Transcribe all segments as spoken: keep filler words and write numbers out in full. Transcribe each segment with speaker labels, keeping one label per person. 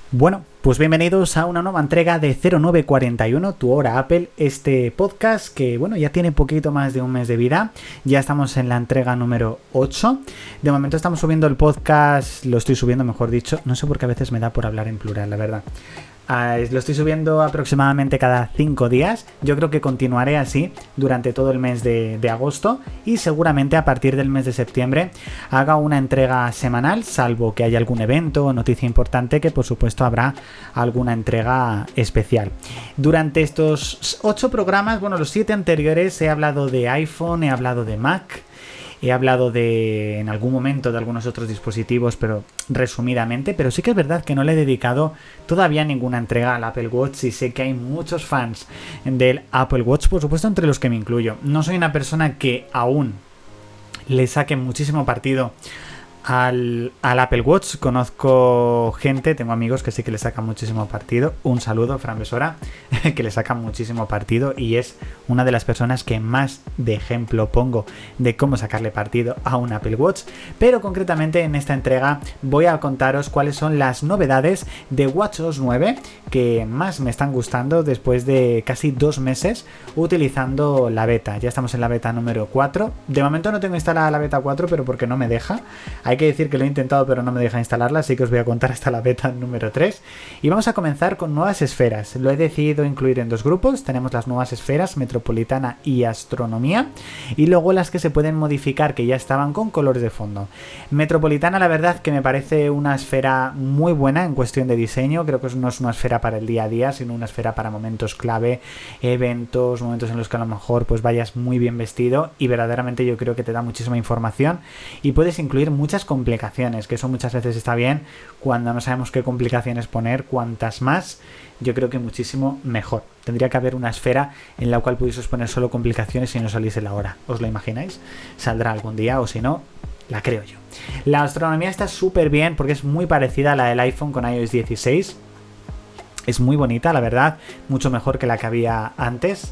Speaker 1: Bueno, pues bienvenidos a una nueva entrega de cero nueve cuarenta y uno, tu hora Apple, este podcast que, bueno, ya tiene poquito más de un mes de vida, ya estamos en la entrega número ocho, de momento estamos subiendo el podcast, lo estoy subiendo mejor dicho, no sé por qué a veces me da por hablar en plural, la verdad. Uh, lo estoy subiendo aproximadamente cada cinco días. Yo creo que continuaré así durante todo el mes de, de agosto y seguramente a partir del mes de septiembre haga una entrega semanal, salvo que haya algún evento o noticia importante, que por supuesto habrá alguna entrega especial. Durante estos ocho programas, bueno, los siete anteriores he hablado de iPhone, he hablado de Mac. He hablado de, en algún momento, de algunos otros dispositivos, pero resumidamente, pero sí que es verdad que no le he dedicado todavía ninguna entrega al Apple Watch y sé que hay muchos fans del Apple Watch, por supuesto entre los que me incluyo. No soy una persona que aún le saque muchísimo partido Al, al Apple Watch. Conozco gente, tengo amigos que sí que le sacan muchísimo partido. Un saludo, Fran Besora, que le sacan muchísimo partido y es una de las personas que más de ejemplo pongo de cómo sacarle partido a un Apple Watch. Pero concretamente en esta entrega voy a contaros cuáles son las novedades de WatchOS nueve que más me están gustando después de casi dos meses utilizando la beta. Ya estamos en la beta número cuatro. De momento no tengo instalada la beta cuatro, pero porque no me deja. Hay que decir que lo he intentado pero no me deja instalarla, así que os voy a contar hasta la beta número tres. Y vamos a comenzar con nuevas esferas. Lo he decidido incluir en dos grupos. Tenemos las nuevas esferas, Metropolitana y Astronomía, y luego las que se pueden modificar, que ya estaban con colores de fondo. Metropolitana, la verdad que me parece una esfera muy buena en cuestión de diseño. Creo que no es una esfera para el día a día, sino una esfera para momentos clave, eventos, momentos en los que a lo mejor pues vayas muy bien vestido, y verdaderamente yo creo que te da muchísima información y puedes incluir muchas complicaciones, que eso muchas veces está bien cuando no sabemos qué complicaciones poner. Cuantas más, yo creo que muchísimo mejor. Tendría que haber una esfera en la cual pudieses poner solo complicaciones y no saliese la hora. ¿Os lo imagináis? Saldrá algún día, o si no, la creo yo. La astronomía está súper bien porque es muy parecida a la del iPhone con iOS dieciséis. Es muy bonita, la verdad, mucho mejor que la que había antes.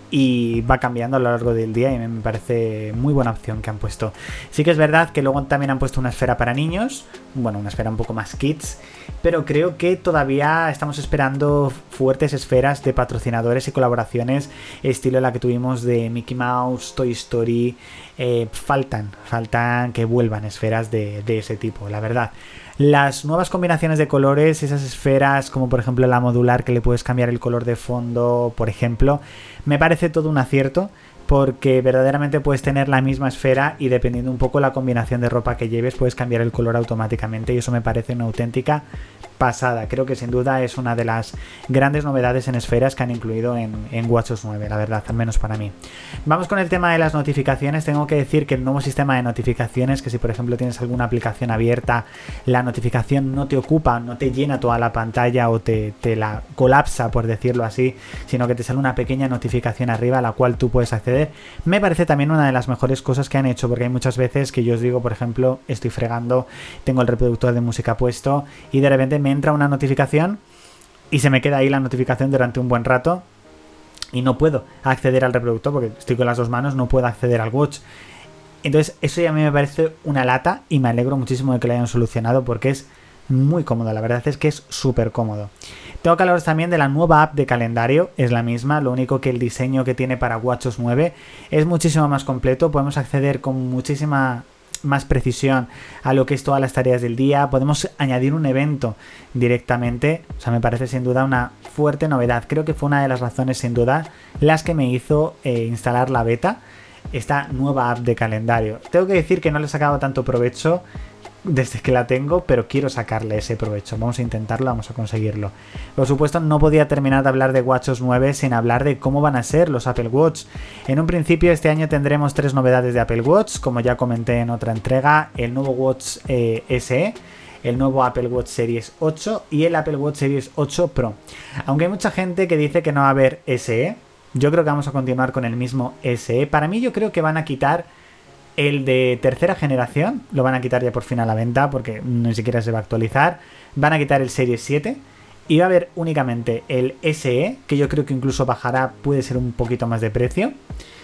Speaker 1: Y va cambiando a lo largo del día y me parece muy buena opción que han puesto. Sí que es verdad que luego también han puesto una esfera para niños, bueno, una esfera un poco más kids, pero creo que todavía estamos esperando fuertes esferas de patrocinadores y colaboraciones estilo la que tuvimos de Mickey Mouse, Toy Story. Eh, faltan, faltan que vuelvan esferas de, de ese tipo, la verdad. Las nuevas combinaciones de colores, esas esferas como por ejemplo la modular, que le puedes cambiar el color de fondo, por ejemplo, me parece todo un acierto, porque verdaderamente puedes tener la misma esfera y dependiendo un poco la combinación de ropa que lleves puedes cambiar el color automáticamente, y eso me parece una auténtica pasada. Creo que sin duda es una de las grandes novedades en esferas que han incluido en, en WatchOS nueve, la verdad, al menos para mí. Vamos con el tema de las notificaciones. Tengo que decir que el nuevo sistema de notificaciones, que si por ejemplo tienes alguna aplicación abierta, la notificación no te ocupa, no te llena toda la pantalla o te, te la colapsa, por decirlo así, sino que te sale una pequeña notificación arriba a la cual tú puedes acceder. Me parece también una de las mejores cosas que han hecho, porque hay muchas veces que yo os digo, por ejemplo, estoy fregando, tengo el reproductor de música puesto y de repente me entra una notificación y se me queda ahí la notificación durante un buen rato y no puedo acceder al reproductor porque estoy con las dos manos, no puedo acceder al watch. Entonces eso ya a mí me parece una lata y me alegro muchísimo de que lo hayan solucionado porque es muy cómodo, la verdad es que es súper cómodo. Tengo que hablaros también de la nueva app de calendario, es la misma, lo único que el diseño que tiene para WatchOS nueve es muchísimo más completo, podemos acceder con muchísima más precisión a lo que es todas las tareas del día, podemos añadir un evento directamente, o sea, me parece sin duda una fuerte novedad. Creo que fue una de las razones sin duda las que me hizo eh, instalar la beta, esta nueva app de calendario. Tengo que decir que no le he sacado tanto provecho desde que la tengo, pero quiero sacarle ese provecho. Vamos a intentarlo, vamos a conseguirlo. Por supuesto, no podía terminar de hablar de WatchOS nueve sin hablar de cómo van a ser los Apple Watch. En un principio, este año tendremos tres novedades de Apple Watch, como ya comenté en otra entrega: el nuevo Watch eh, S E, el nuevo Apple Watch Series ocho y el Apple Watch Series ocho Pro. Aunque hay mucha gente que dice que no va a haber S E, yo creo que vamos a continuar con el mismo S E. Para mí, yo creo que van a quitar el de tercera generación, lo van a quitar ya por fin a la venta porque ni siquiera se va a actualizar. Van a quitar el Series siete y va a haber únicamente el S E, que yo creo que incluso bajará, puede ser un poquito más de precio.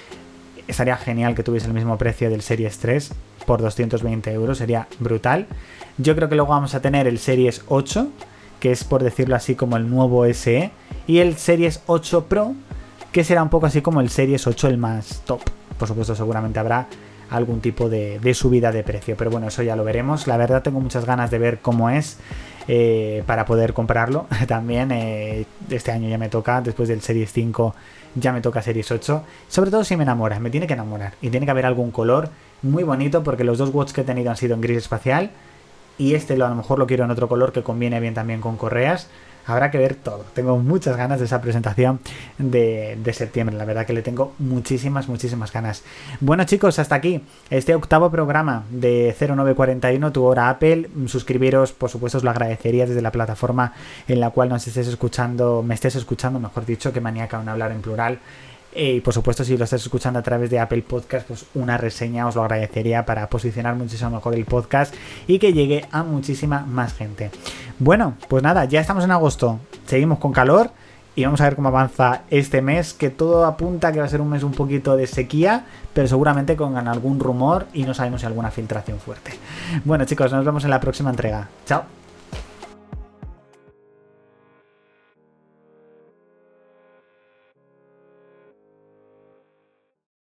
Speaker 1: Estaría genial que tuviese el mismo precio del Series tres por doscientos veinte euros, sería brutal. Yo creo que luego vamos a tener el Series ocho, que es por decirlo así como el nuevo S E, y el Series ocho Pro, que será un poco así como el Series ocho el más top. Por supuesto, seguramente habrá algún tipo de, de subida de precio, pero bueno, eso ya lo veremos. La verdad tengo muchas ganas de ver cómo es eh, para poder comprarlo. También eh, este año ya me toca, después del Series cinco ya me toca Series ocho, sobre todo si me enamora, me tiene que enamorar y tiene que haber algún color muy bonito, porque los dos watch que he tenido han sido en gris espacial y este lo, a lo mejor lo quiero en otro color que conviene bien también con correas. Habrá que ver todo. Tengo muchas ganas de esa presentación de, de septiembre. La verdad que le tengo muchísimas, muchísimas ganas. Bueno, chicos, hasta aquí este octavo programa de cero nueve cuarenta y uno, tu hora Apple. Suscribiros, por supuesto, os lo agradecería desde la plataforma en la cual nos estés escuchando, me estés escuchando, mejor dicho, que maníaca un hablar en plural. Y por supuesto, si lo estás escuchando a través de Apple Podcast, pues una reseña os lo agradecería para posicionar muchísimo mejor el podcast y que llegue a muchísima más gente. Bueno, pues nada, ya estamos en agosto, seguimos con calor y vamos a ver cómo avanza este mes, que todo apunta que va a ser un mes un poquito de sequía, pero seguramente con algún rumor y no sabemos si alguna filtración fuerte. Bueno, chicos, nos vemos en la próxima entrega. Chao.